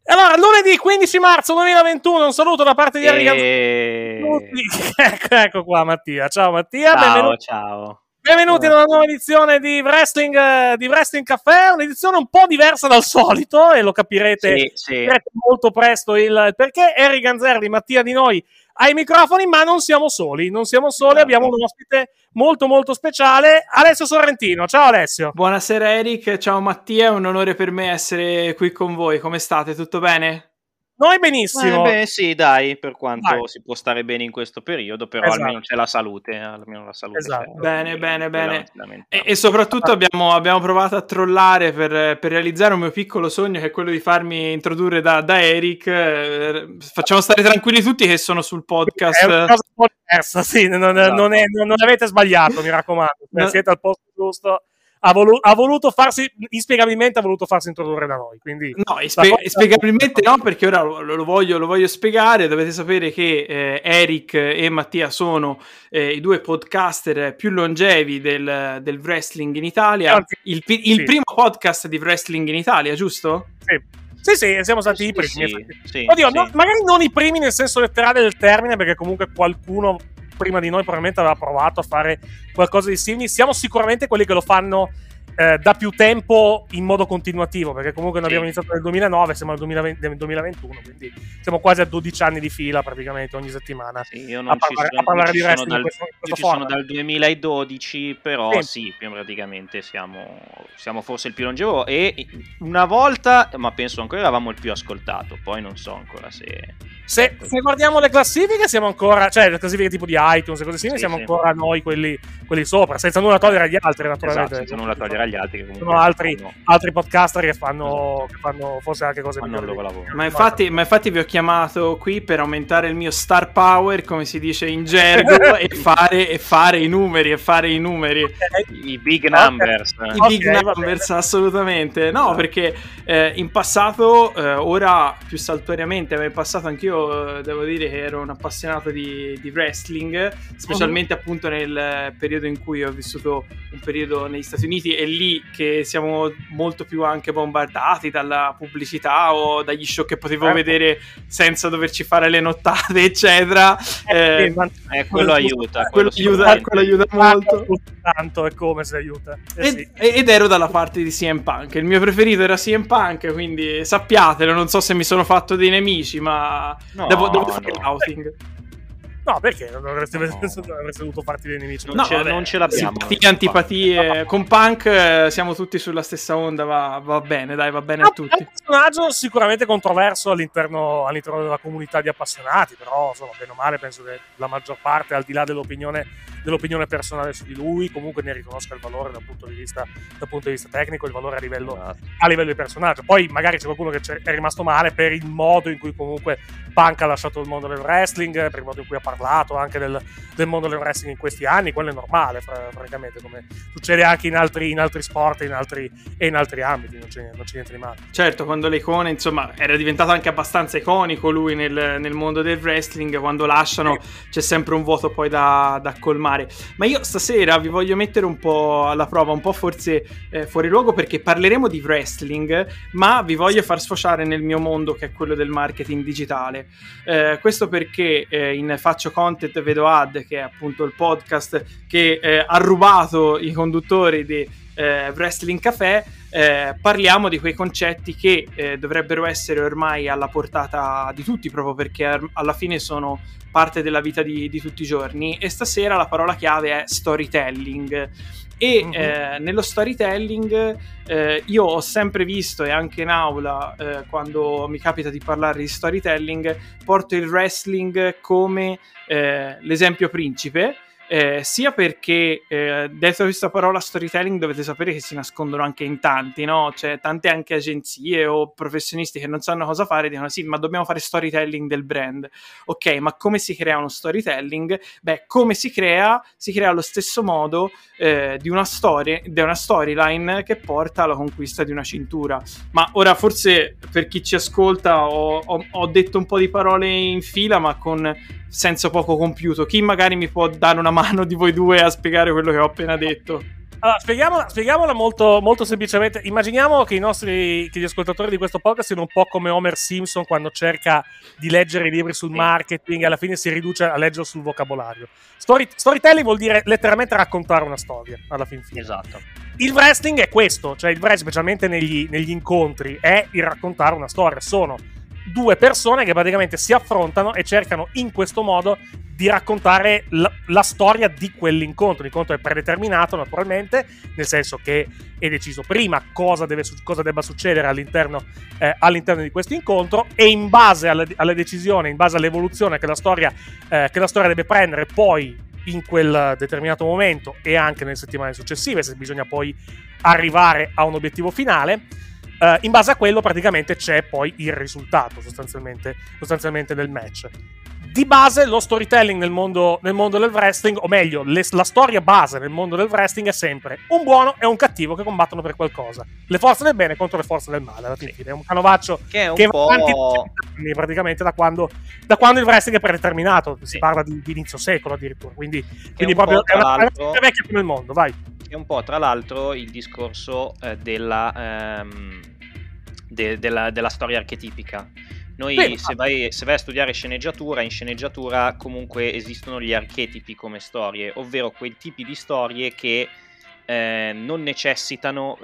Allora, lunedì 15 marzo 2021, un saluto da parte di Enrico. Ecco qua Mattia. Ciao Mattia, Ciao. Benvenuti ad una nuova edizione di Wrestling Café, un'edizione un po' diversa dal solito e lo capirete, capirete molto presto il perché. Eric Ganzerli, Mattia Di Noi ai microfoni, ma non siamo soli, abbiamo un ospite molto speciale, Alessio Sorrentino. Ciao Alessio. Buonasera Eric, ciao Mattia, è un onore per me essere qui con voi. Come state? Tutto bene? Noi benissimo. Beh, sì, dai, per quanto si può stare bene in questo periodo, però almeno c'è la salute, Esatto. Bene. E soprattutto abbiamo provato a trollare per realizzare un mio piccolo sogno, che è quello di farmi introdurre da Eric. Facciamo stare tranquilli tutti che sono sul podcast. È una cosa un po' diversa, sì, non avete sbagliato, mi raccomando, siete al posto giusto. Ha voluto farsi, inspiegabilmente ha voluto farsi introdurre da noi, quindi no, spiegabilmente no, perché ora lo voglio spiegare. Dovete sapere che Eric e Mattia sono i due podcaster più longevi del wrestling in Italia, il primo podcast di wrestling in Italia, giusto? Sì, siamo stati i primi. Oddio, no, magari non i primi nel senso letterale del termine, perché comunque qualcuno prima di noi probabilmente aveva provato a fare qualcosa di simile. Siamo sicuramente quelli che lo fanno da più tempo in modo continuativo, perché comunque noi abbiamo iniziato nel 2009, siamo nel 2021, quindi siamo quasi a 12 anni di fila praticamente ogni settimana. Io non a parlare di wrestling. Io ci sono dal 2012, però più praticamente siamo forse il più longevo, e una volta, ma penso ancora eravamo il più ascoltato, poi non so ancora se guardiamo le classifiche siamo ancora, cioè le classifiche tipo di iTunes e così simili, siamo ancora noi quelli sopra, senza nulla togliere agli altri, naturalmente. Senza nulla togliere agli altri, che sono altri podcaster che fanno forse anche cose migliori. Fanno il loro lavoro. Ma infatti vi ho chiamato qui per aumentare il mio star power, come si dice in gergo, e fare i numeri, i big numbers. I big numbers, assolutamente. No, perché in passato, ora più saltuariamente, ma in passato anch'io devo dire che ero un appassionato di wrestling, specialmente appunto nel periodo in cui ho vissuto un periodo negli Stati Uniti, e lì che siamo molto più anche bombardati dalla pubblicità o dagli show che potevo vedere senza doverci fare le nottate, eccetera. Quello aiuta molto. Tanto è come se aiuta. Ed ero dalla parte di CM Punk. Il mio preferito era CM Punk, quindi sappiatelo. Non so se mi sono fatto dei nemici, ma devo fare l'outing. No, perché non avreste dovuto farti dei nemici? Non ce l'abbiamo. Simpatie, antipatie. Con Punk siamo tutti sulla stessa onda. Va bene, dai, va bene a tutti. È un personaggio sicuramente controverso all'interno della comunità di appassionati, però insomma, bene o male, penso che la maggior parte, al di là dell'opinione personale su di lui, comunque ne riconosca il valore dal punto di vista tecnico, il valore a livello di personaggio. Poi magari c'è qualcuno che è rimasto male per il modo in cui comunque Punk ha lasciato il mondo del wrestling, per il modo in cui ha parlato anche del mondo del wrestling in questi anni. Quello è normale, francamente, come succede anche in altri sport e in altri ambiti, non c'è niente di male. Certo, quando l'icona, insomma, era diventato anche abbastanza iconico lui nel mondo del wrestling, quando lasciano c'è sempre un vuoto poi da colmare. Ma io stasera vi voglio mettere un po' alla prova, un po' forse fuori luogo, perché parleremo di wrestling, ma vi voglio far sfociare nel mio mondo, che è quello del marketing digitale. Questo perché in Faccio Content Vedo Ad, che è appunto il podcast che ha rubato i conduttori di Wrestling Café, parliamo di quei concetti che dovrebbero essere ormai alla portata di tutti, proprio perché alla fine sono parte della vita di tutti i giorni. E stasera la parola chiave è storytelling. E nello storytelling io ho sempre visto, e anche in aula quando mi capita di parlare di storytelling, porto il wrestling come l'esempio principe, sia perché dietro questa parola storytelling dovete sapere che si nascondono anche in tanti, no? Cioè tante anche agenzie o professionisti che non sanno cosa fare dicono sì, ma dobbiamo fare storytelling del brand. Ok, ma come si crea uno storytelling? Beh, come si crea allo stesso modo di una storyline che porta alla conquista di una cintura. Ma ora forse per chi ci ascolta ho detto un po' di parole in fila, ma con senso poco compiuto. Chi magari mi può dare una mano di voi due a spiegare quello che ho appena detto? Allora, spieghiamola molto, molto semplicemente. Immaginiamo che gli ascoltatori di questo podcast siano un po' come Homer Simpson quando cerca di leggere i libri sul marketing e alla fine si riduce a leggere sul vocabolario. Storytelling vuol dire letteralmente raccontare una storia, alla fin fine. Esatto. Il wrestling è questo, cioè il wrestling, specialmente negli incontri, è il raccontare una storia. Sono due persone che praticamente si affrontano e cercano in questo modo di raccontare la storia di quell'incontro. L'incontro è predeterminato, naturalmente, nel senso che è deciso prima cosa debba succedere all'interno di questo incontro, e in base alle decisioni, in base all'evoluzione che la storia deve prendere poi in quel determinato momento e anche nelle settimane successive, se bisogna poi arrivare a un obiettivo finale, in base a quello praticamente c'è poi il risultato sostanzialmente del match. Di base lo storytelling nel mondo del wrestling, o meglio la storia base nel mondo del wrestling è sempre un buono e un cattivo che combattono per qualcosa, le forze del bene contro le forze del male. Alla fine è un canovaccio che va avanti praticamente da quando il wrestling è predeterminato. Si parla di inizio secolo addirittura, quindi proprio è una vecchia come il mondo, vai. È un po' tra l'altro il discorso della storia archetipica. Noi se vai a studiare sceneggiatura, in sceneggiatura comunque esistono gli archetipi come storie, ovvero quei tipi di storie che non necessitano,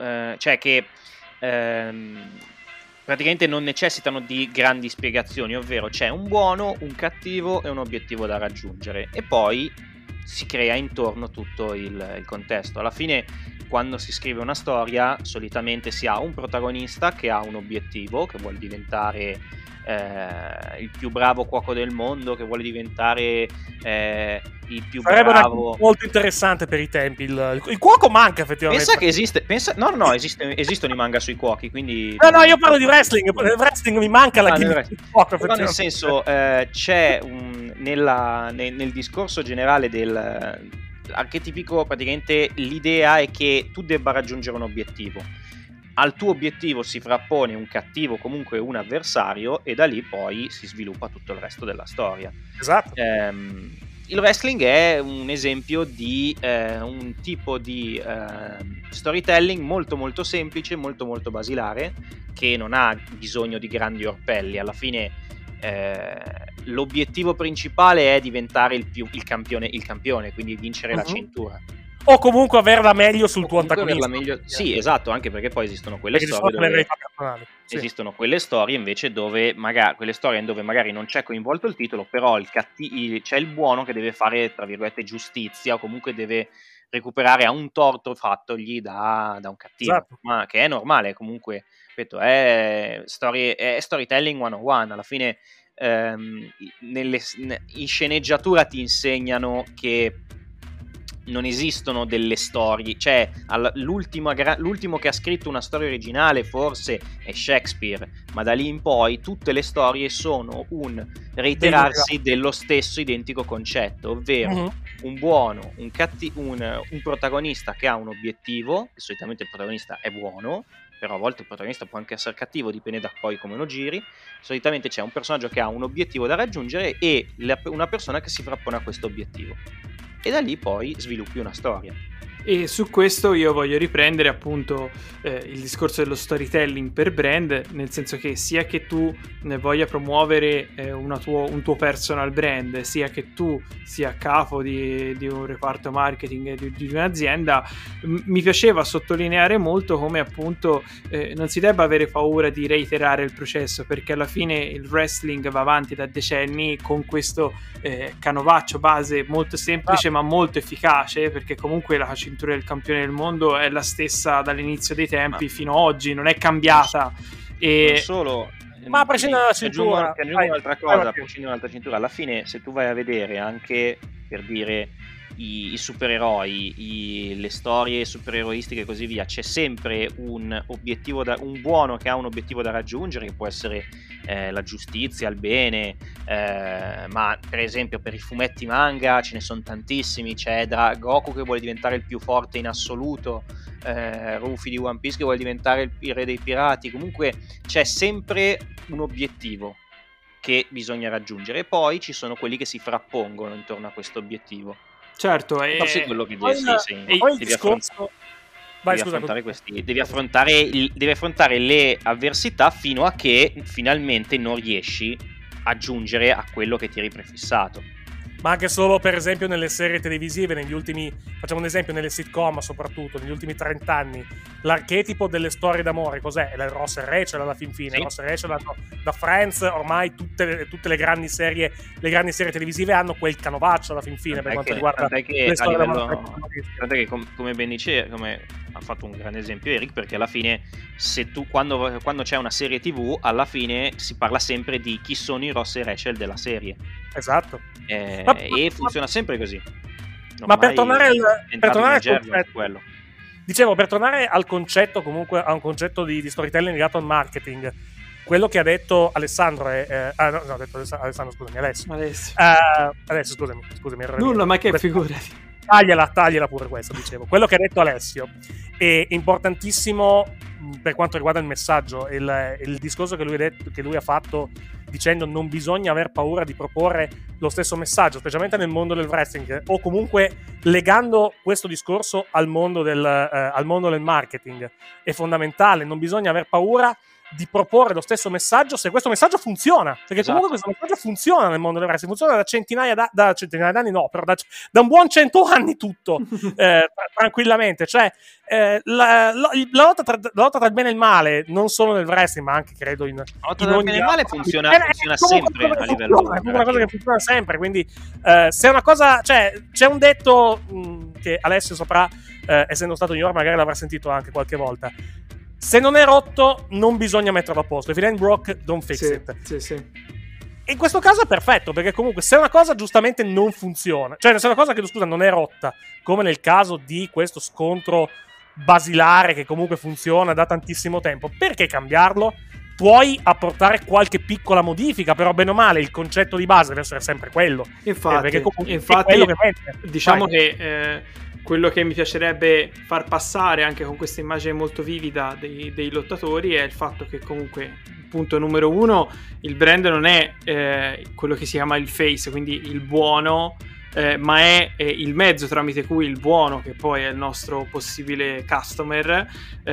praticamente non necessitano di grandi spiegazioni, ovvero c'è un buono, un cattivo e un obiettivo da raggiungere, e poi si crea intorno tutto il contesto. Alla fine, quando si scrive una storia, solitamente si ha un protagonista che ha un obiettivo, che vuole diventare il più bravo cuoco del mondo, che vuole diventare il più bravo. Molto interessante per i tempi. Il cuoco manca effettivamente. Pensa che esiste. Esistono i manga sui cuochi, quindi. No, io parlo di wrestling. Nel wrestling mi manca la gimmick del cuoco. Però nel senso, c'è nel discorso generale dell'archetipico, praticamente l'idea è che tu debba raggiungere un obiettivo. Al tuo obiettivo si frappone un cattivo, comunque un avversario, e da lì poi si sviluppa tutto il resto della storia. Esatto. Il wrestling è un esempio di un tipo di storytelling molto molto semplice, molto molto basilare, che non ha bisogno di grandi orpelli. Alla fine l'obiettivo principale è diventare il campione, quindi vincere la cintura. O comunque averla meglio sul tuo antagonista. Sì, esatto, anche perché poi esistono quelle storie esistono quelle storie invece dove magari non c'è coinvolto il titolo, però c'è il buono che deve fare, tra virgolette, giustizia, o comunque deve recuperare a un torto fattogli da un cattivo. Esatto. Ma che è normale, comunque, ripeto, è storytelling 101. Alla fine in sceneggiatura ti insegnano che non esistono delle storie, cioè l'ultimo che ha scritto una storia originale forse è Shakespeare, ma da lì in poi tutte le storie sono un reiterarsi dello stesso identico concetto, ovvero un buono, un protagonista che ha un obiettivo, che solitamente il protagonista è buono, però a volte il protagonista può anche essere cattivo, dipende da poi come lo giri. Solitamente c'è un personaggio che ha un obiettivo da raggiungere e una persona che si frappone a questo obiettivo, e da lì poi sviluppi una storia. E su questo io voglio riprendere appunto il discorso dello storytelling per brand, nel senso che sia che tu voglia promuovere un tuo personal brand, sia che tu sia a capo di un reparto marketing di un'azienda, mi piaceva sottolineare molto come appunto non si debba avere paura di reiterare il processo, perché alla fine il wrestling va avanti da decenni con questo canovaccio base molto semplice ma molto efficace, perché comunque la cintura del campione del mondo è la stessa dall'inizio dei tempi fino ad oggi, non è cambiata. Non solo, ma a prescindere dalla cintura, aggiungo un'altra cosa, a prescindere dall'altra cintura, alla fine se tu vai a vedere anche, per dire, i supereroi, le storie supereroistiche e così via, c'è sempre un obiettivo un buono che ha un obiettivo da raggiungere, che può essere la giustizia, il bene, ma per esempio per i fumetti manga ce ne sono tantissimi. C'è Goku che vuole diventare il più forte in assoluto, Rufy di One Piece che vuole diventare il re dei pirati. Comunque c'è sempre un obiettivo che bisogna raggiungere, e poi ci sono quelli che si frappongono intorno a questo obiettivo. Certo, poi il devi affrontare le avversità fino a che finalmente non riesci a giungere a quello che ti eri prefissato. Ma anche solo, per esempio, nelle serie televisive, facciamo un esempio, nelle sitcom soprattutto, negli ultimi 30 anni, l'archetipo delle storie d'amore, cos'è? È la Ross e Rachel alla fin fine. Sì. Ross e Rachel da Friends, ormai tutte le grandi serie televisive hanno quel canovaccio alla fin fine, per quanto riguarda le storie d'amore. Tant'è che, come ben dice, come ha fatto un grande esempio Eric, perché alla fine, se tu quando c'è una serie TV, alla fine si parla sempre di chi sono i Ross e Rachel della serie. Esatto. E funziona sempre così. Ma per tornare al concetto, dicevo, per tornare al concetto, comunque a un concetto di storytelling legato al marketing, quello che ha detto Alessandro ha detto Alessandro, scusami, Alessio, scusami. Nulla, ma che figurati. Tagliela pure questa, dicevo. Quello che ha detto Alessio è importantissimo per quanto riguarda il messaggio, il discorso che lui ha fatto dicendo non bisogna aver paura di proporre lo stesso messaggio, specialmente nel mondo del wrestling, o comunque legando questo discorso al mondo del marketing. È fondamentale, non bisogna aver paura di proporre lo stesso messaggio se questo messaggio funziona, perché comunque questo messaggio funziona nel mondo del wrestling, funziona da centinaia d'anni, no, però da un buon 100 anni tutto, tranquillamente, cioè la lotta tra il bene e il male, non solo nel wrestling, ma anche credo in lotta tra il bene e il male funziona sempre a livello, è una cosa che funziona sempre, quindi se è una cosa, cioè c'è un detto che Alessio saprà, essendo stato in New York magari l'avrà sentito anche qualche volta: se non è rotto non bisogna metterlo a posto, if it ain't broke don't fix it. Sì. E in questo caso è perfetto, perché comunque se una cosa giustamente non funziona, cioè se una cosa che, scusa, non è rotta, come nel caso di questo scontro basilare che comunque funziona da tantissimo tempo, perché cambiarlo? Puoi apportare qualche piccola modifica, però bene o male il concetto di base deve essere sempre quello. Infatti, perché comunque è quello che mette. Diciamo che quello che mi piacerebbe far passare anche con questa immagine molto vivida dei lottatori è il fatto che comunque, punto numero uno, il brand non è quello che si chiama il face, quindi il buono, ma è il mezzo tramite cui il buono, che poi è il nostro possibile customer,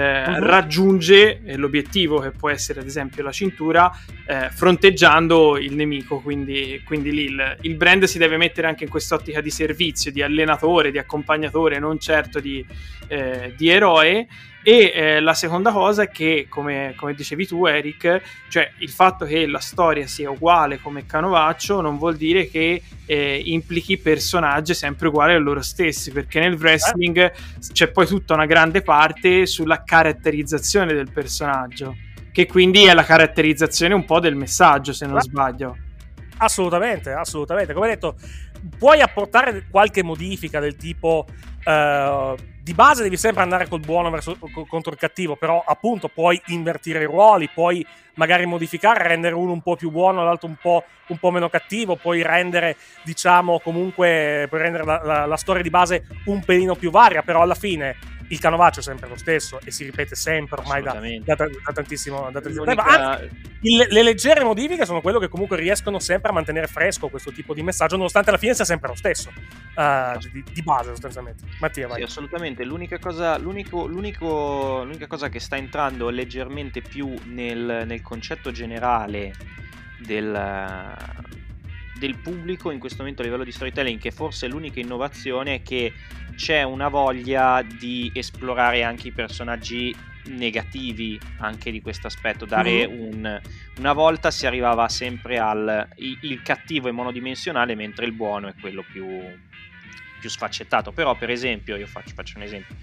raggiunge l'obiettivo, che può essere ad esempio la cintura, fronteggiando il nemico. Quindi lì il brand si deve mettere anche in quest'ottica di servizio, di allenatore, di accompagnatore, non certo di eroe. E la seconda cosa è che, come dicevi tu Eric, cioè il fatto che la storia sia uguale come canovaccio non vuol dire che implichi personaggi sempre uguali a loro stessi, perché nel wrestling c'è poi tutta una grande parte sulla caratterizzazione del personaggio, che quindi è la caratterizzazione un po' del messaggio, se non sbaglio. Assolutamente, come detto, puoi apportare qualche modifica del tipo di base devi sempre andare col buono contro il cattivo, però appunto puoi invertire i ruoli, puoi magari modificare, rendere uno un po' più buono, l'altro un po' meno cattivo, puoi rendere, diciamo, comunque puoi rendere la storia di base un pelino più varia, però alla fine il canovaccio è sempre lo stesso e si ripete sempre ormai da tantissimo tempo. Anzi, le leggere modifiche sono quello che comunque riescono sempre a mantenere fresco questo tipo di messaggio, nonostante alla fine sia sempre lo stesso, di base sostanzialmente. Mattia, vai. Sì, assolutamente. L'unica cosa che sta entrando leggermente più nel concetto generale del pubblico in questo momento a livello di storytelling, che forse è l'unica innovazione, è che c'è una voglia di esplorare anche i personaggi negativi anche di questo aspetto, dare una volta si arrivava sempre il cattivo è monodimensionale mentre il buono è quello più sfaccettato. Però per esempio io faccio un esempio,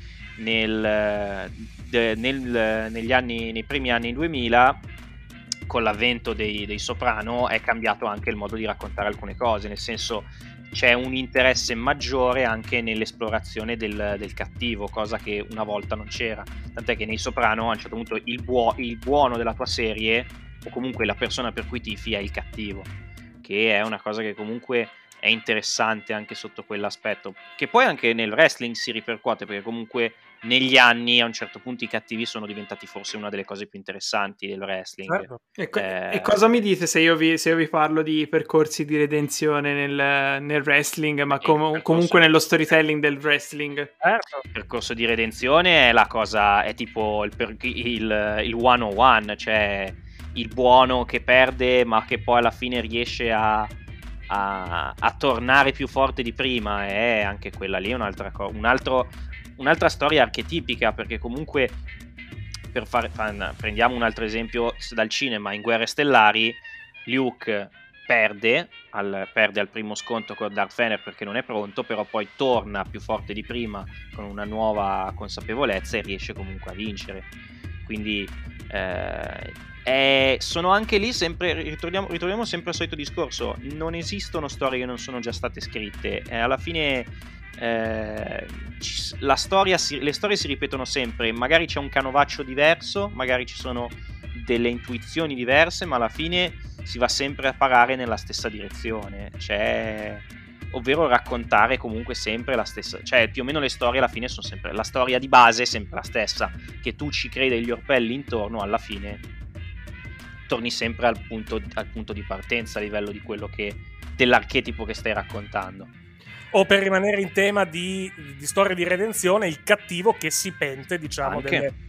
nei primi anni 2000, con l'avvento dei Soprano, è cambiato anche il modo di raccontare alcune cose, nel senso c'è un interesse maggiore anche nell'esplorazione del cattivo, cosa che una volta non c'era, tant'è che nei Soprano a un certo punto il buono della tua serie, o comunque la persona per cui tifi, è il cattivo, che è una cosa che comunque è interessante anche sotto quell'aspetto, che poi anche nel wrestling si ripercuote, perché comunque negli anni a un certo punto i cattivi sono diventati forse una delle cose più interessanti del wrestling. E cosa mi dite se io vi parlo di percorsi di redenzione nel wrestling, ma comunque nello storytelling del wrestling? Il percorso di redenzione è la cosa, è tipo il 101, cioè il buono che perde ma che poi alla fine riesce a tornare più forte di prima. E anche quella lì è un'altra un'altra storia archetipica, perché comunque prendiamo un altro esempio dal cinema. In Guerre Stellari Luke perde al primo scontro con Darth Vader perché non è pronto, però poi torna più forte di prima con una nuova consapevolezza e riesce comunque a vincere. Quindi sono anche lì sempre, ritorniamo sempre al solito discorso: non esistono storie che non sono già state scritte, alla fine le storie si ripetono sempre, magari c'è un canovaccio diverso, magari ci sono delle intuizioni diverse, ma alla fine si va sempre a parare nella stessa direzione, ovvero raccontare comunque sempre la stessa, cioè più o meno le storie alla fine sono sempre, la storia di base è sempre la stessa, che tu ci credi gli orpelli intorno, alla fine torni sempre al punto di partenza a livello di quello dell'archetipo che stai raccontando. O per rimanere in tema di storia di redenzione, il cattivo che si pente, diciamo,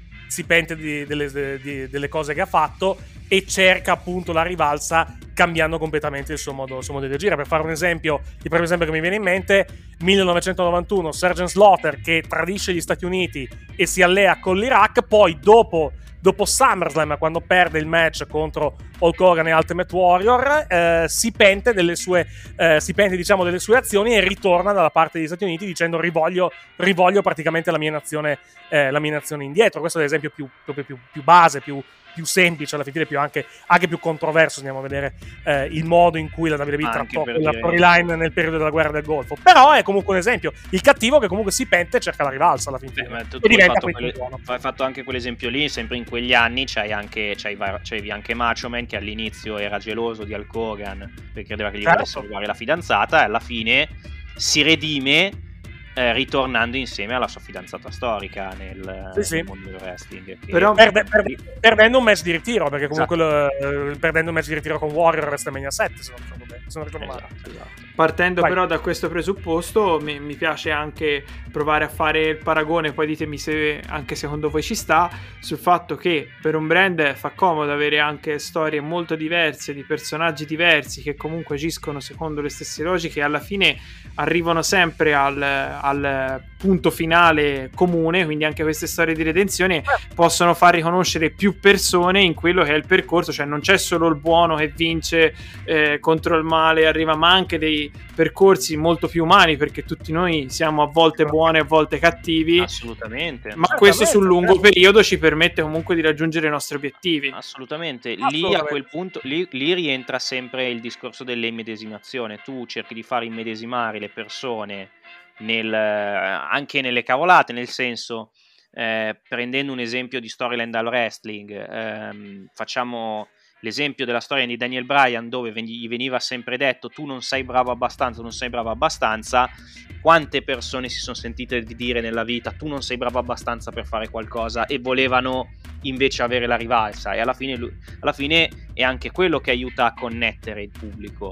delle cose che ha fatto e cerca appunto la rivalsa cambiando completamente il suo modo di agire. Per fare un esempio, il primo esempio che mi viene in mente, 1991, Sergeant Slaughter che tradisce gli Stati Uniti e si allea con l'Iraq, poi dopo SummerSlam, quando perde il match contro Hulk Hogan e Ultimate Warrior, si pente delle sue azioni e ritorna dalla parte degli Stati Uniti dicendo rivoglio praticamente la mia nazione indietro. Questo è l'esempio più base, più semplice, alla fine anche più controverso. Andiamo a vedere il modo in cui la WWE trattò quella storyline nel periodo della guerra del Golfo. Però è comunque un esempio, il cattivo che comunque si pente e cerca la rivalsa alla fine. Tu hai fatto anche quell'esempio lì, sempre in quegli anni c'avevi anche Macho Man che all'inizio era geloso di Hulk Hogan perché credeva che gli volesse rubare la fidanzata, e alla fine si redime ritornando insieme alla sua fidanzata storica nel mondo del wrestling, però perdendo un match di ritiro, perché comunque perdendo un match di ritiro con Warrior a WrestleMania 7, se non ricordo male. Esatto. Partendo però da questo presupposto, mi piace anche provare a fare il paragone, poi ditemi se anche secondo voi ci sta, sul fatto che per un brand fa comodo avere anche storie molto diverse, di personaggi diversi che comunque agiscono secondo le stesse logiche e alla fine arrivano sempre al punto finale comune. Quindi anche queste storie di redenzione possono far riconoscere più persone in quello che è il percorso, cioè non c'è solo il buono che vince contro il male, arriva, ma anche dei percorsi molto più umani, perché tutti noi siamo a volte buoni, a volte cattivi. Assolutamente. Ma questo sul lungo periodo ci permette comunque di raggiungere i nostri obiettivi. Assolutamente. Lì a quel punto lì rientra sempre il discorso dell'immedesimazione. Tu cerchi di far immedesimare le persone anche nelle cavolate, nel senso, prendendo un esempio di storyline dal wrestling, facciamo l'esempio della storia di Daniel Bryan, dove gli veniva sempre detto tu non sei bravo abbastanza. Quante persone si sono sentite dire nella vita tu non sei bravo abbastanza per fare qualcosa e volevano invece avere la rivalsa, e alla fine è anche quello che aiuta a connettere il pubblico.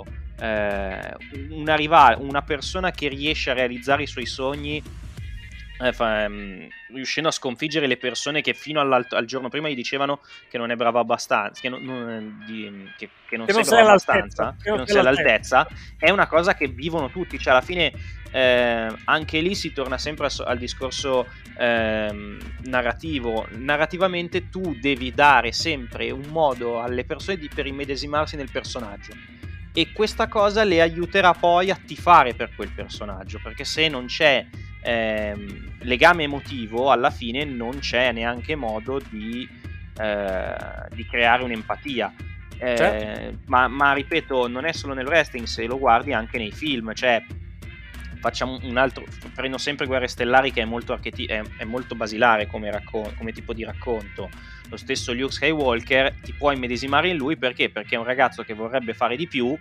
Una persona che riesce a realizzare i suoi sogni riuscendo a sconfiggere le persone che fino al giorno prima gli dicevano che non è bravo abbastanza, che non sei abbastanza, che non sei all'altezza, è una cosa che vivono tutti. Cioè alla fine anche lì si torna sempre al discorso narrativo. Narrativamente tu devi dare sempre un modo alle persone per immedesimarsi nel personaggio, e questa cosa le aiuterà poi a tifare per quel personaggio, perché se non c'è legame emotivo, alla fine non c'è neanche modo di creare un'empatia. Ma ripeto, non è solo nel wrestling, se lo guardi anche nei film. Cioè, facciamo un altro, prendo sempre Guerre Stellari, che è molto è molto basilare come tipo di racconto. Lo stesso Luke Skywalker, ti puoi immedesimare in lui perché è un ragazzo che vorrebbe fare di più,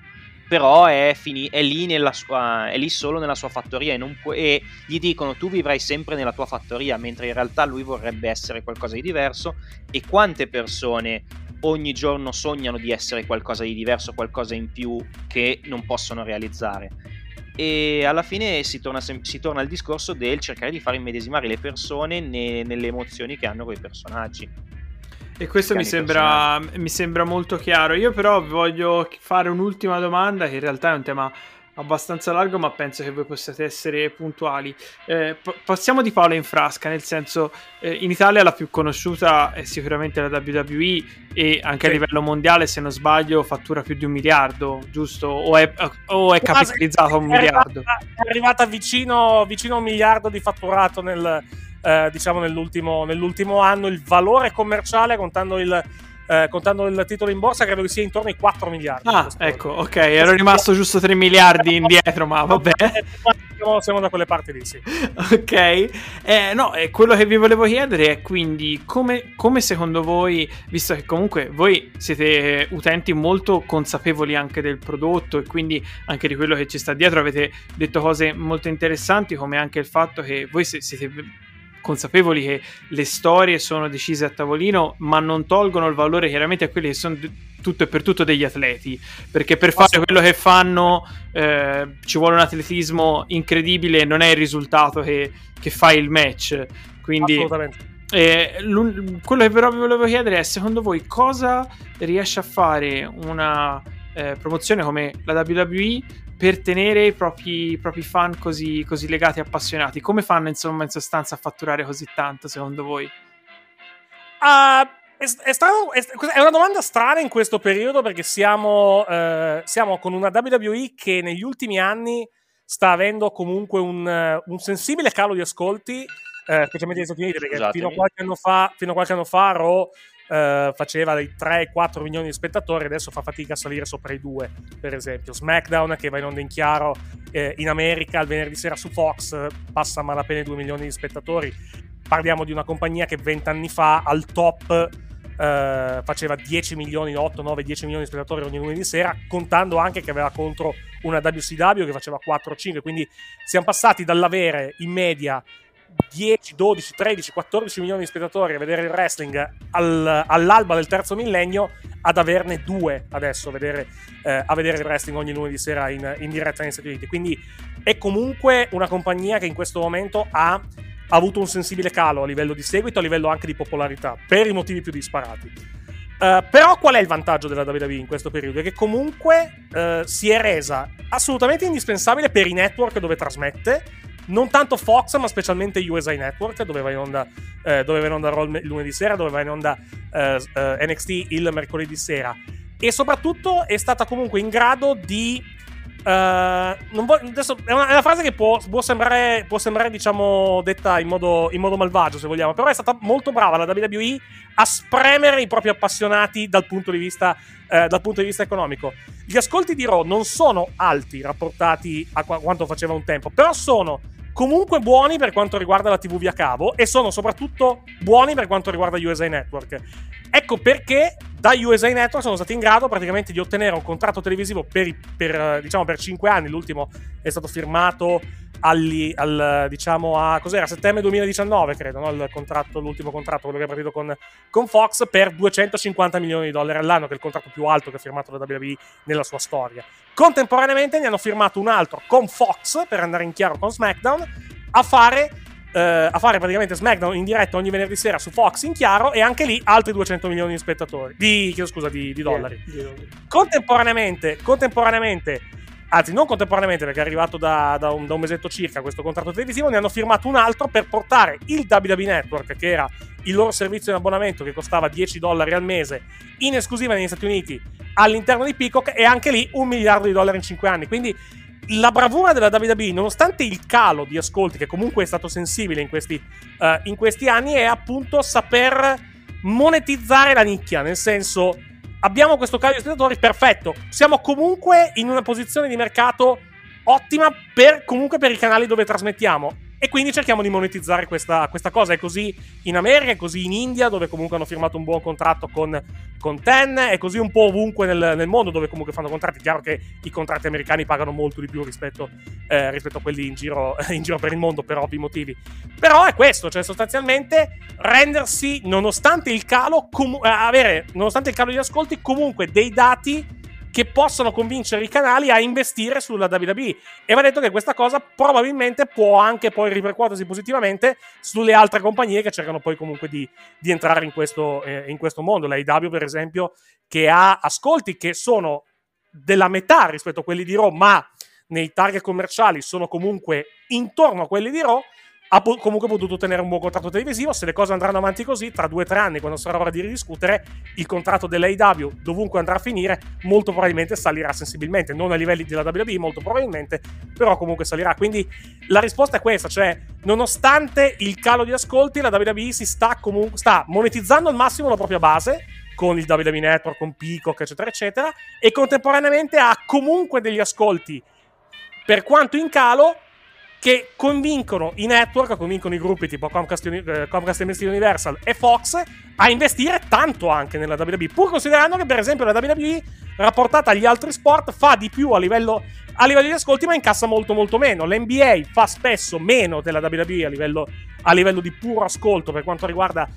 però è lì solo nella sua fattoria e gli dicono tu vivrai sempre nella tua fattoria, mentre in realtà lui vorrebbe essere qualcosa di diverso. E quante persone ogni giorno sognano di essere qualcosa di diverso, qualcosa in più che non possono realizzare. E alla fine si torna al discorso del cercare di far immedesimare le persone nelle emozioni che hanno quei personaggi. E questo mi sembra molto chiaro. Io però voglio fare un'ultima domanda, che in realtà è un tema abbastanza largo, ma penso che voi possiate essere puntuali. Passiamo di palo in frasca, nel senso, in Italia la più conosciuta è sicuramente la WWE, e anche a livello mondiale, se non sbaglio, fattura più di 1 miliardo, giusto? O è capitalizzata a 1 miliardo? È arrivata vicino a 1 miliardo di fatturato diciamo nell'ultimo anno. Il valore commerciale, contando il titolo in borsa, credo che sia intorno ai 4 miliardi. Ecco, ok, ero rimasto giusto 3 miliardi indietro, ma vabbè. Siamo da quelle parti lì, sì. Ok, no, quello che vi volevo chiedere è quindi come secondo voi, visto che comunque voi siete utenti molto consapevoli anche del prodotto e quindi anche di quello che ci sta dietro, avete detto cose molto interessanti, come anche il fatto che voi siete consapevoli che le storie sono decise a tavolino, ma non tolgono il valore chiaramente a quelli che sono tutto e per tutto degli atleti, perché per fare quello che fanno ci vuole un atletismo incredibile, non è il risultato che fa il match. Quindi assolutamente. Quello che però vi volevo chiedere è, secondo voi cosa riesce a fare una promozione come la WWE per tenere i propri fan così legati e appassionati? Come fanno, insomma, in sostanza, a fatturare così tanto, secondo voi? È una domanda strana in questo periodo, perché siamo con una WWE che negli ultimi anni sta avendo comunque un sensibile calo di ascolti, specialmente negli Stati Uniti, perché fino a qualche anno fa Raw faceva dei 3-4 milioni di spettatori, adesso fa fatica a salire sopra i 2, per esempio. SmackDown, che va in onda in chiaro in America il venerdì sera su Fox, passa a malapena i 2 milioni di spettatori. Parliamo di una compagnia che 20 anni fa al top faceva 10 milioni, 8, 9, 10 milioni di spettatori ogni lunedì sera, contando anche che aveva contro una WCW che faceva 4 5, quindi siamo passati dall'avere in media 10, 12, 13, 14 milioni di spettatori a vedere il wrestling all'alba del terzo millennio ad averne 2 adesso a vedere il wrestling ogni lunedì sera in diretta negli Stati Uniti. Quindi è comunque una compagnia che in questo momento ha avuto un sensibile calo a livello di seguito, a livello anche di popolarità, per i motivi più disparati. Però qual è il vantaggio della WWE in questo periodo? È che comunque si è resa assolutamente indispensabile per i network dove trasmette, non tanto Fox, ma specialmente USA Network, dove va in onda Raw il lunedì sera, dove va in onda NXT il mercoledì sera. E soprattutto è stata comunque in grado di adesso è una frase che può sembrare diciamo detta in modo malvagio, se vogliamo, però è stata molto brava la WWE a spremere i propri appassionati dal punto di vista economico. Gli ascolti di Raw non sono alti rapportati a quanto faceva un tempo, però sono comunque buoni per quanto riguarda la TV via cavo, e sono soprattutto buoni per quanto riguarda USA Network. Ecco perché da USA Network sono stati in grado praticamente di ottenere un contratto televisivo per 5 anni. L'ultimo è stato firmato cos'era, settembre 2019, credo, no? L'ultimo contratto, quello che è partito con Fox, per $250 milioni all'anno, che è il contratto più alto che ha firmato la WWE nella sua storia. Contemporaneamente ne hanno firmato un altro con Fox per andare in chiaro con SmackDown, a fare praticamente SmackDown in diretta ogni venerdì sera su Fox in chiaro, e anche lì altri 200 milioni di spettatori di dollari. Contemporaneamente, anzi non contemporaneamente, perché è arrivato da un mesetto circa questo contratto televisivo, ne hanno firmato un altro per portare il WWE Network, che era il loro servizio in abbonamento che costava $10 al mese, in esclusiva negli Stati Uniti, all'interno di Peacock, e anche lì $1 miliardo in 5 anni. Quindi la bravura della WWE, nonostante il calo di ascolti che comunque è stato sensibile in questi anni, è appunto saper monetizzare la nicchia, nel senso: abbiamo questo calo di spettatori, perfetto, siamo comunque in una posizione di mercato ottima per i canali dove trasmettiamo. e quindi cerchiamo di monetizzare questa cosa. È così in America, è così in India, dove comunque hanno firmato un buon contratto con Ten, è così un po' ovunque nel mondo dove comunque fanno contratti. Chiaro che i contratti americani pagano molto di più rispetto a quelli in giro per il mondo, per ovvi motivi. Però è questo, cioè sostanzialmente rendersi, nonostante il calo, nonostante il calo di ascolti, comunque dei dati che possono convincere i canali a investire sulla WWE. E va detto che questa cosa probabilmente può anche poi ripercuotersi positivamente sulle altre compagnie che cercano poi comunque di entrare in questo mondo. La AEW, per esempio, che ha ascolti che sono della metà rispetto a quelli di Raw, ma nei target commerciali sono comunque intorno a quelli di Raw, ha comunque potuto tenere un buon contratto televisivo. Se le cose andranno avanti così, tra 2 o 3 anni, quando sarà ora di ridiscutere, il contratto dell'AEW, dovunque andrà a finire, molto probabilmente salirà sensibilmente, non a livelli della WWE, molto probabilmente, però comunque salirà. Quindi la risposta è questa, cioè nonostante il calo di ascolti, la WWE sta monetizzando al massimo la propria base, con il WWE Network, con Peacock, eccetera, eccetera, e contemporaneamente ha comunque degli ascolti, per quanto in calo, che convincono i network, convincono i gruppi tipo Comcast NBC Universal e Fox a investire tanto anche nella WWE, pur considerando che per esempio la WWE, rapportata agli altri sport, fa di più a livello di ascolti, ma incassa molto molto meno. L'NBA fa spesso meno della WWE a livello di puro ascolto per quanto riguarda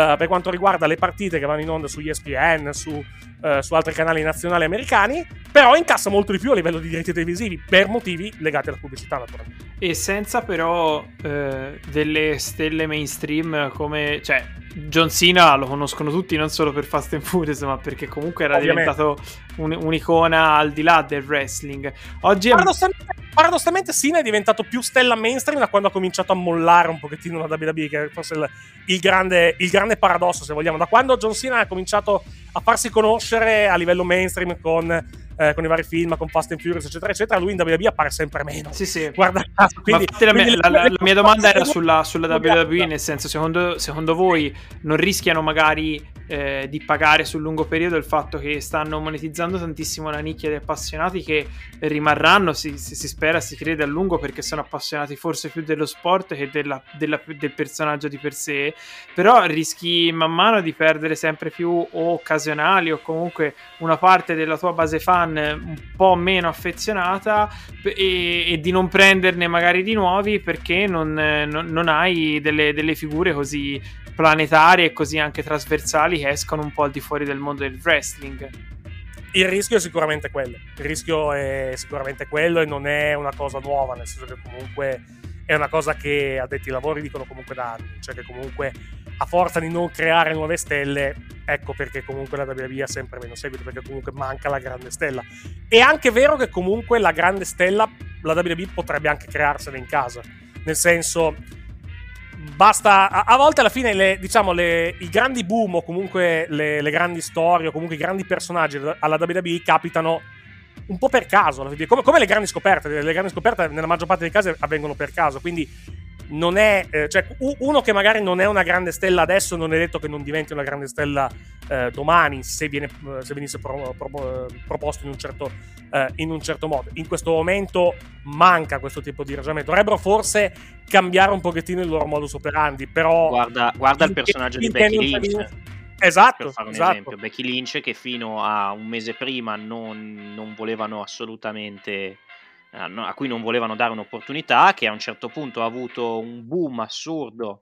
le partite che vanno in onda su ESPN, su altri canali nazionali americani, però incassa molto di più a livello di diritti televisivi per motivi legati alla pubblicità, naturalmente. E senza però delle stelle mainstream come, cioè, John Cena lo conoscono tutti non solo per Fast and Furious, ma perché comunque era diventato un'icona al di là del wrestling. Oggi paradossalmente Cena è diventato più stella mainstream da quando ha cominciato a mollare un pochettino la WWE, che è forse il grande paradosso, se vogliamo. Da quando John Cena ha cominciato a farsi conoscere a livello mainstream con i vari film, con Fast and Furious, eccetera, eccetera, lui in WWE appare sempre meno. Sì. Guarda, quindi la mia domanda era sulla WWE, nel senso, secondo voi non rischiano magari di pagare sul lungo periodo il fatto che stanno monetizzando tantissimo la nicchia di appassionati che rimarranno, si spera, si crede a lungo, perché sono appassionati forse più dello sport che del personaggio di per sé, però rischi man mano di perdere sempre più o occasionali o comunque una parte della tua base fan un po' meno affezionata e di non prenderne magari di nuovi perché non hai delle figure così planetarie e così anche trasversali che escono un po' al di fuori del mondo del wrestling. Il rischio è sicuramente quello. E non è una cosa nuova, nel senso che comunque è una cosa che addetti ai lavori dicono comunque da anni, cioè che comunque a forza di non creare nuove stelle, ecco perché comunque la WWE ha sempre meno seguito, perché comunque manca la grande stella. È anche vero che comunque la grande stella la WWE potrebbe anche crearsela in casa, nel senso, basta a volte alla fine i grandi boom o comunque le grandi storie o comunque i grandi personaggi alla WWE capitano un po' per caso, come le grandi scoperte nella maggior parte dei casi avvengono per caso, quindi non è cioè uno che magari non è una grande stella adesso non è detto che non diventi una grande stella domani se venisse proposto in un certo modo. In questo momento manca questo tipo di ragionamento. Dovrebbero forse cambiare un pochettino il loro modus operandi, però guarda il personaggio di Becky Lynch. Esatto, per fare un esempio, Becky Lynch, che fino a un mese prima non volevano assolutamente, a cui non volevano dare un'opportunità, che a un certo punto ha avuto un boom assurdo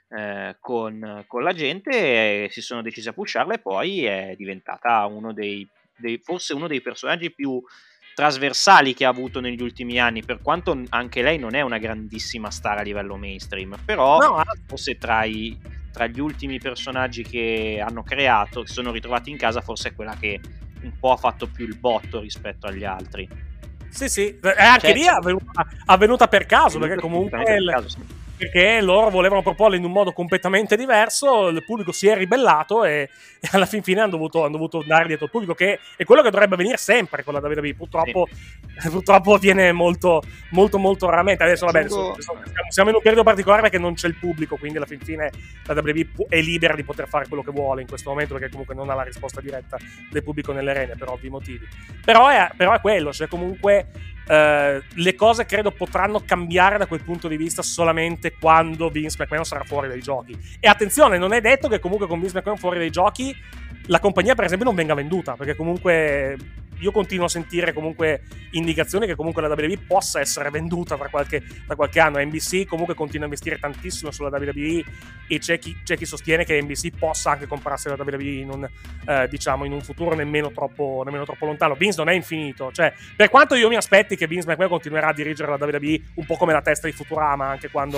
con la gente, e si sono decisi a pusharla, e poi è diventata forse uno dei personaggi più trasversali che ha avuto negli ultimi anni, per quanto anche lei non è una grandissima star a livello mainstream, però forse tra gli ultimi personaggi che hanno creato, che sono ritrovati in casa, forse è quella che un po' ha fatto più il botto rispetto agli altri. Sì, anche lì è avvenuta per caso, perché comunque perché loro volevano proporle in un modo completamente diverso, il pubblico si è ribellato e alla fine hanno dovuto andare dietro il pubblico, che è quello che dovrebbe avvenire sempre con la WWE. Purtroppo avviene molto molto molto raramente. Adesso siamo in un periodo particolare perché non c'è il pubblico, quindi alla fine la WWE è libera di poter fare quello che vuole in questo momento, perché comunque non ha la risposta diretta del pubblico nelle arene per ovvi motivi. Però è quello, cioè comunque le cose credo potranno cambiare da quel punto di vista solamente quando Vince McMahon sarà fuori dai giochi. E attenzione, non è detto che comunque con Vince McMahon fuori dai giochi la compagnia per esempio non venga venduta, perché comunque io continuo a sentire comunque indicazioni che comunque la WWE possa essere venduta tra qualche anno. NBC comunque continua a investire tantissimo sulla WWE e c'è chi sostiene che NBC possa anche comprarsi la WWE in un futuro nemmeno troppo lontano. Vince non è infinito, cioè per quanto io mi aspetti che Vince McMahon continuerà a dirigere la WWE un po' come la testa di Futurama anche quando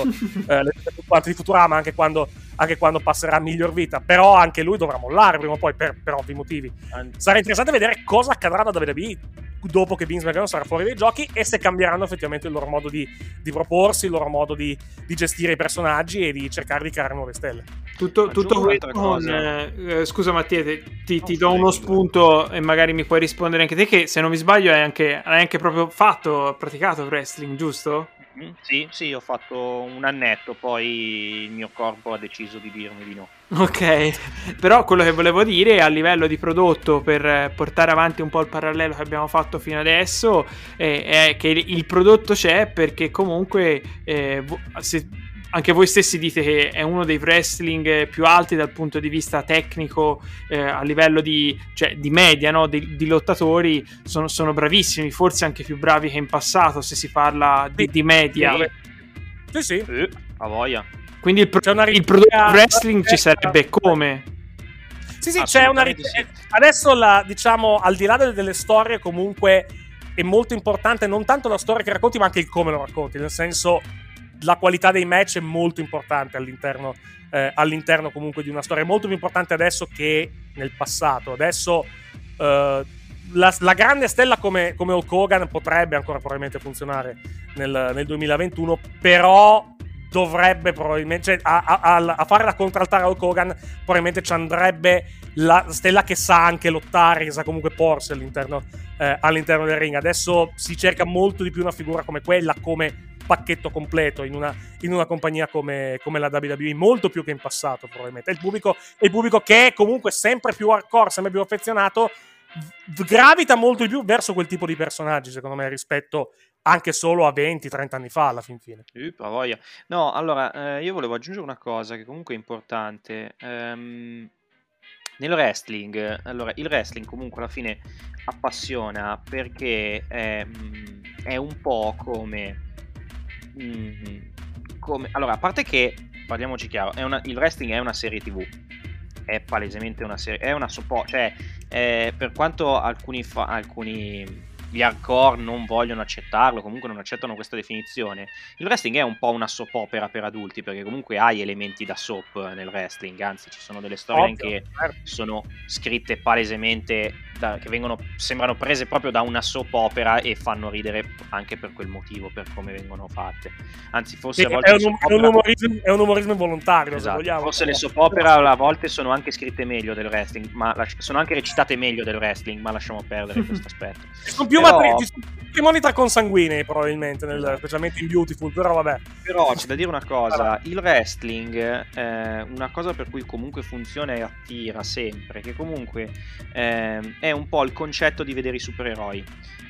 anche quando passerà a miglior vita, però anche lui dovrà mollare prima o poi per ovvi motivi. Sarà interessante vedere cosa accadrà da WWE dopo che Vince McMahon sarà fuori dai giochi e se cambieranno effettivamente il loro modo di proporsi, il loro modo di gestire i personaggi e di cercare di creare nuove stelle. Tutto questo scusa Mattia, ti do uno spunto e magari mi puoi rispondere anche te, che se non mi sbaglio hai anche proprio praticato wrestling, giusto? Sì, ho fatto un annetto, poi il mio corpo ha deciso di dirmi di no. Ok, però quello che volevo dire a livello di prodotto, per portare avanti un po' il parallelo che abbiamo fatto fino adesso, è che il prodotto c'è perché comunque anche voi stessi dite che è uno dei wrestling più alti dal punto di vista tecnico, a livello di media, no? di lottatori, sono bravissimi, forse anche più bravi che in passato se si parla di media. Sì. A voglia. Quindi il prodotto wrestling ci sarebbe come? Sì, c'è una adesso diciamo al di là delle storie comunque è molto importante non tanto la storia che racconti ma anche il come lo racconti, nel senso la qualità dei match è molto importante all'interno comunque di una storia, è molto più importante adesso che nel passato. Adesso la grande stella come Hulk Hogan potrebbe ancora probabilmente funzionare nel 2021, però dovrebbe probabilmente a fare la contraltare a Hulk Hogan probabilmente ci andrebbe la stella che sa anche lottare, che sa comunque porsi all'interno del ring. Adesso si cerca molto di più una figura come quella, come pacchetto completo in una compagnia come la WWE, molto più che in passato probabilmente. Il pubblico che è comunque sempre più hardcore, sempre più affezionato, gravita molto di più verso quel tipo di personaggi, secondo me, rispetto anche solo a 20-30 anni fa alla fin fine. Voglia. No, allora, io volevo aggiungere una cosa che comunque è importante. Nel wrestling, allora, il wrestling comunque alla fine appassiona perché è un po' come allora, a parte che, parliamoci chiaro, il wrestling è una serie TV, è palesemente una serie, è una cioè per quanto alcuni gli hardcore non vogliono accettarlo, comunque non accettano questa definizione, il wrestling è un po' una soap opera per adulti, perché comunque hai elementi da soap nel wrestling, anzi ci sono delle storie che sono scritte palesemente che sembrano prese proprio da una soap opera e fanno ridere anche per quel motivo, per come vengono fatte, anzi forse a volte è un umorismo involontario, esatto, se vogliamo. Forse le soap opera a volte sono anche scritte meglio del wrestling, ma sono anche recitate meglio del wrestling, ma lasciamo perdere questo aspetto. Sono più matrimoni tra consanguinei probabilmente, specialmente in Beautiful, però vabbè. Però c'è da dire una cosa, il wrestling una cosa per cui comunque funziona e attira sempre, che comunque è un po' il concetto di vedere i supereroi.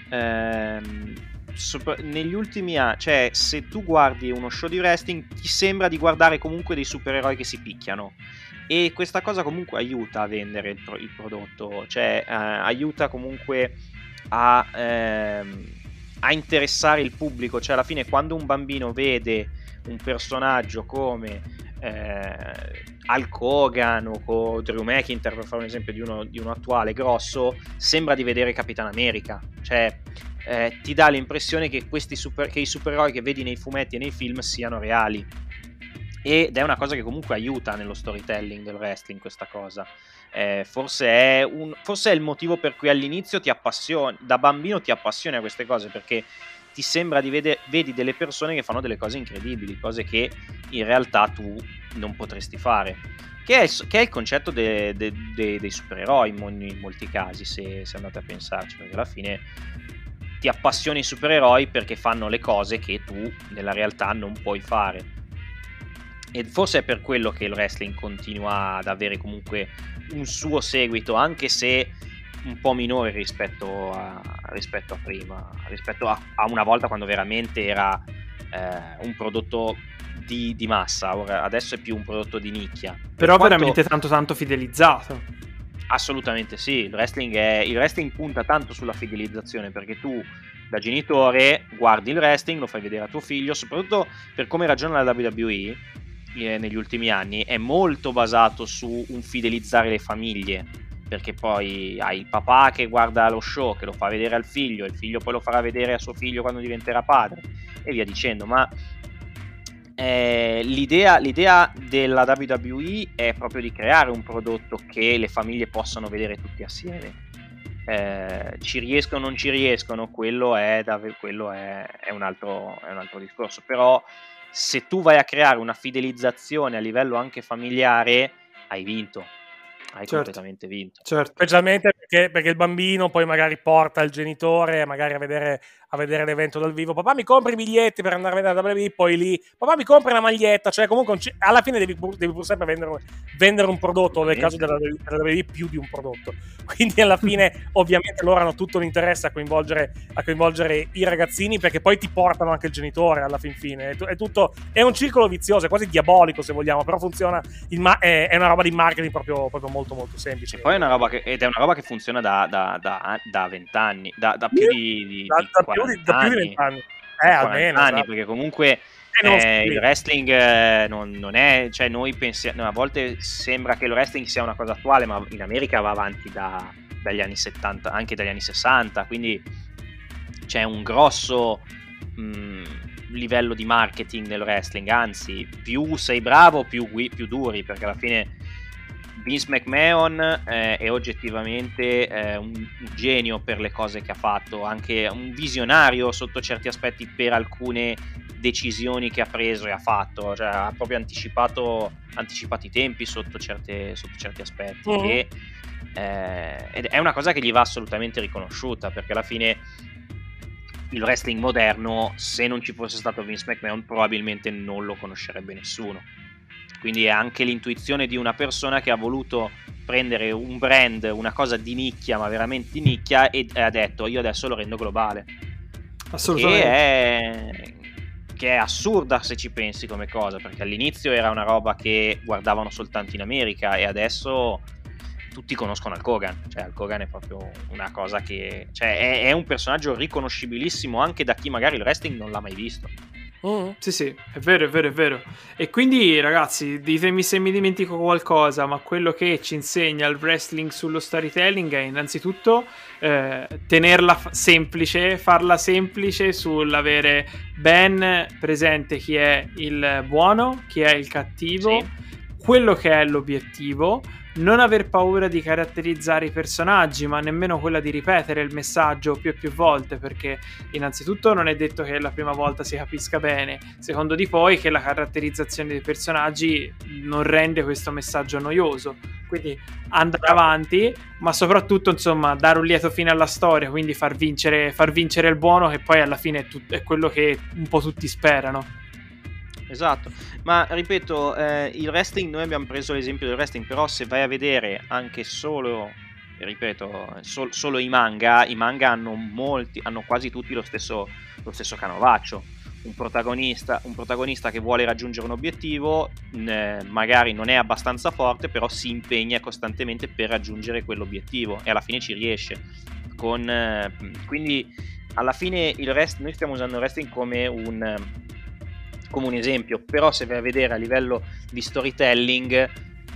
Negli ultimi anni, cioè se tu guardi uno show di wrestling ti sembra di guardare comunque dei supereroi che si picchiano, e questa cosa comunque aiuta a vendere il prodotto, cioè aiuta comunque a interessare il pubblico, cioè alla fine quando un bambino vede un personaggio come Hulk Hogan o Drew McIntyre, per fare un esempio di uno attuale grosso, sembra di vedere Capitan America, cioè ti dà l'impressione che che i supereroi che vedi nei fumetti e nei film siano reali, ed è una cosa che comunque aiuta nello storytelling del wrestling questa cosa. Forse è il motivo per cui all'inizio ti appassioni, da bambino ti appassioni a queste cose, perché ti sembra vedi delle persone che fanno delle cose incredibili, cose che in realtà tu non potresti fare, che è il concetto dei supereroi in molti casi, se andate a pensarci, perché alla fine ti appassioni ai supereroi perché fanno le cose che tu nella realtà non puoi fare, e forse è per quello che il wrestling continua ad avere comunque un suo seguito, anche se un po' minore rispetto a prima, rispetto a una volta quando veramente era un prodotto di massa. Ora adesso è più un prodotto di nicchia, però veramente tanto fidelizzato. Assolutamente sì, il wrestling punta tanto sulla fidelizzazione, perché tu da genitore guardi il wrestling, lo fai vedere a tuo figlio, soprattutto per come ragiona la WWE negli ultimi anni, è molto basato su un fidelizzare le famiglie, perché poi hai il papà che guarda lo show, che lo fa vedere al figlio, il figlio poi lo farà vedere a suo figlio quando diventerà padre, e via dicendo. Ma l'idea della WWE è proprio di creare un prodotto che le famiglie possano vedere tutti assieme. Ci riescono o non ci riescono, quello è un altro discorso. Però se tu vai a creare una fidelizzazione a livello anche familiare, hai vinto. Hai completamente vinto. Certo. Specialmente perché il bambino poi magari porta il genitore magari a vedere l'evento dal vivo. Papà, mi compri i biglietti per andare a vedere la WWE, poi lì papà, mi compri una maglietta. Cioè comunque alla fine devi pur sempre vendere un prodotto, nel caso della WWE più di un prodotto. Quindi alla fine ovviamente loro hanno tutto l'interesse a coinvolgere i ragazzini, perché poi ti portano anche il genitore alla fin fine. È un circolo vizioso, è quasi diabolico se vogliamo, però funziona, è una roba di marketing proprio molto molto semplice. E poi è una roba che funziona da 20 anni, da più di 40 anni. Almeno, anni, esatto. Perché comunque il wrestling non è, cioè noi pensiamo, a volte sembra che il wrestling sia una cosa attuale, ma in America va avanti dagli anni 70, anche dagli anni 60, quindi c'è un grosso livello di marketing nel wrestling. Anzi, più sei bravo più duri, perché alla fine Vince McMahon è oggettivamente un genio per le cose che ha fatto, anche un visionario sotto certi aspetti per alcune decisioni che ha preso e ha fatto, cioè ha proprio anticipato i tempi sotto certi aspetti, ed è una cosa che gli va assolutamente riconosciuta, perché alla fine il wrestling moderno, se non ci fosse stato Vince McMahon, probabilmente non lo conoscerebbe nessuno. Quindi è anche l'intuizione di una persona che ha voluto prendere un brand, una cosa di nicchia, ma veramente di nicchia, e ha detto io adesso lo rendo globale. Assolutamente. Che è assurda se ci pensi come cosa, perché all'inizio era una roba che guardavano soltanto in America, e adesso tutti conoscono Hulk Hogan. Cioè Hulk Hogan è proprio una cosa che, cioè, è un personaggio riconoscibilissimo anche da chi magari il wrestling non l'ha mai visto. Sì, è vero. E quindi, ragazzi, ditemi se mi dimentico qualcosa, ma quello che ci insegna il wrestling sullo storytelling è innanzitutto tenerla semplice, farla semplice sull'avere ben presente chi è il buono, chi è il cattivo, quello che è l'obiettivo, non aver paura di caratterizzare i personaggi, ma nemmeno quella di ripetere il messaggio più e più volte, perché innanzitutto non è detto che la prima volta si capisca bene, secondo di poi che la caratterizzazione dei personaggi non rende questo messaggio noioso, quindi andare avanti, ma soprattutto insomma dare un lieto fine alla storia, quindi far vincere il buono, che poi alla fine è quello che un po' tutti sperano. Esatto, ma ripeto, il wrestling, noi abbiamo preso l'esempio del wrestling, però se vai a vedere anche solo, ripeto, solo i manga hanno quasi tutti lo stesso canovaccio. Un protagonista che vuole raggiungere un obiettivo, magari non è abbastanza forte, però si impegna costantemente per raggiungere quell'obiettivo e alla fine ci riesce. Quindi alla fine noi stiamo usando il wrestling come un esempio, però se vai a vedere a livello di storytelling,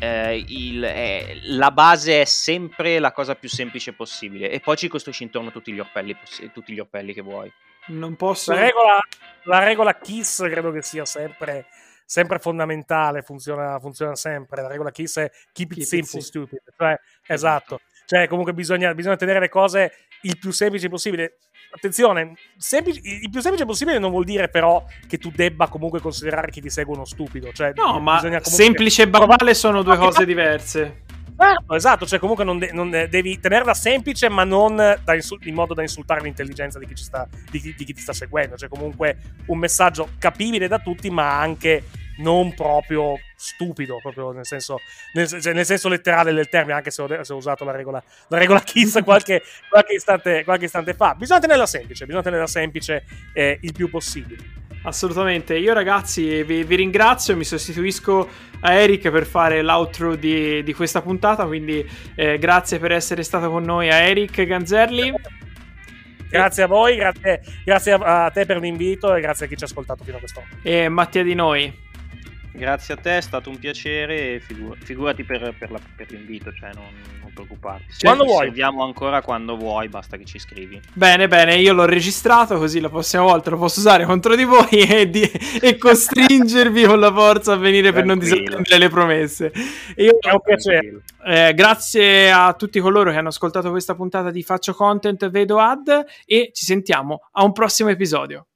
la base è sempre la cosa più semplice possibile, e poi ci costruisci intorno tutti gli orpelli che vuoi. Non posso. La regola KISS credo che sia sempre fondamentale, funziona sempre. La regola KISS è keep it simple, stupid. Cioè, esatto. Cioè, comunque bisogna tenere le cose il più semplice possibile. Attenzione, il più semplice possibile non vuol dire però che tu debba comunque considerare chi ti segue uno stupido. Cioè, no, ma semplice e banale sono due cose diverse. Esatto, cioè comunque non devi tenerla semplice, ma non in modo da insultare l'intelligenza di chi ti sta seguendo. Cioè comunque un messaggio capibile da tutti, ma anche non proprio stupido, proprio nel senso letterale del termine, anche se ho usato la regola Kiss qualche istante fa. Bisogna tenerla semplice il più possibile. Assolutamente. Io ragazzi vi ringrazio, mi sostituisco a Eric per fare l'outro di questa puntata, quindi grazie per essere stato con noi a Eric Ganzerli. Grazie a voi, grazie a te per l'invito e grazie a chi ci ha ascoltato fino a questo momento. E Mattia Di Noi. Grazie a te, è stato un piacere e figurati per l'invito, cioè non preoccuparti. Quando vuoi. Serviamo ancora quando vuoi, basta che ci scrivi. Bene, io l'ho registrato, così la prossima volta lo posso usare contro di voi e costringervi con la forza a venire per non disattendere le promesse. È un piacere. Grazie a tutti coloro che hanno ascoltato questa puntata di Faccio Content, Vedo Ad, e ci sentiamo a un prossimo episodio.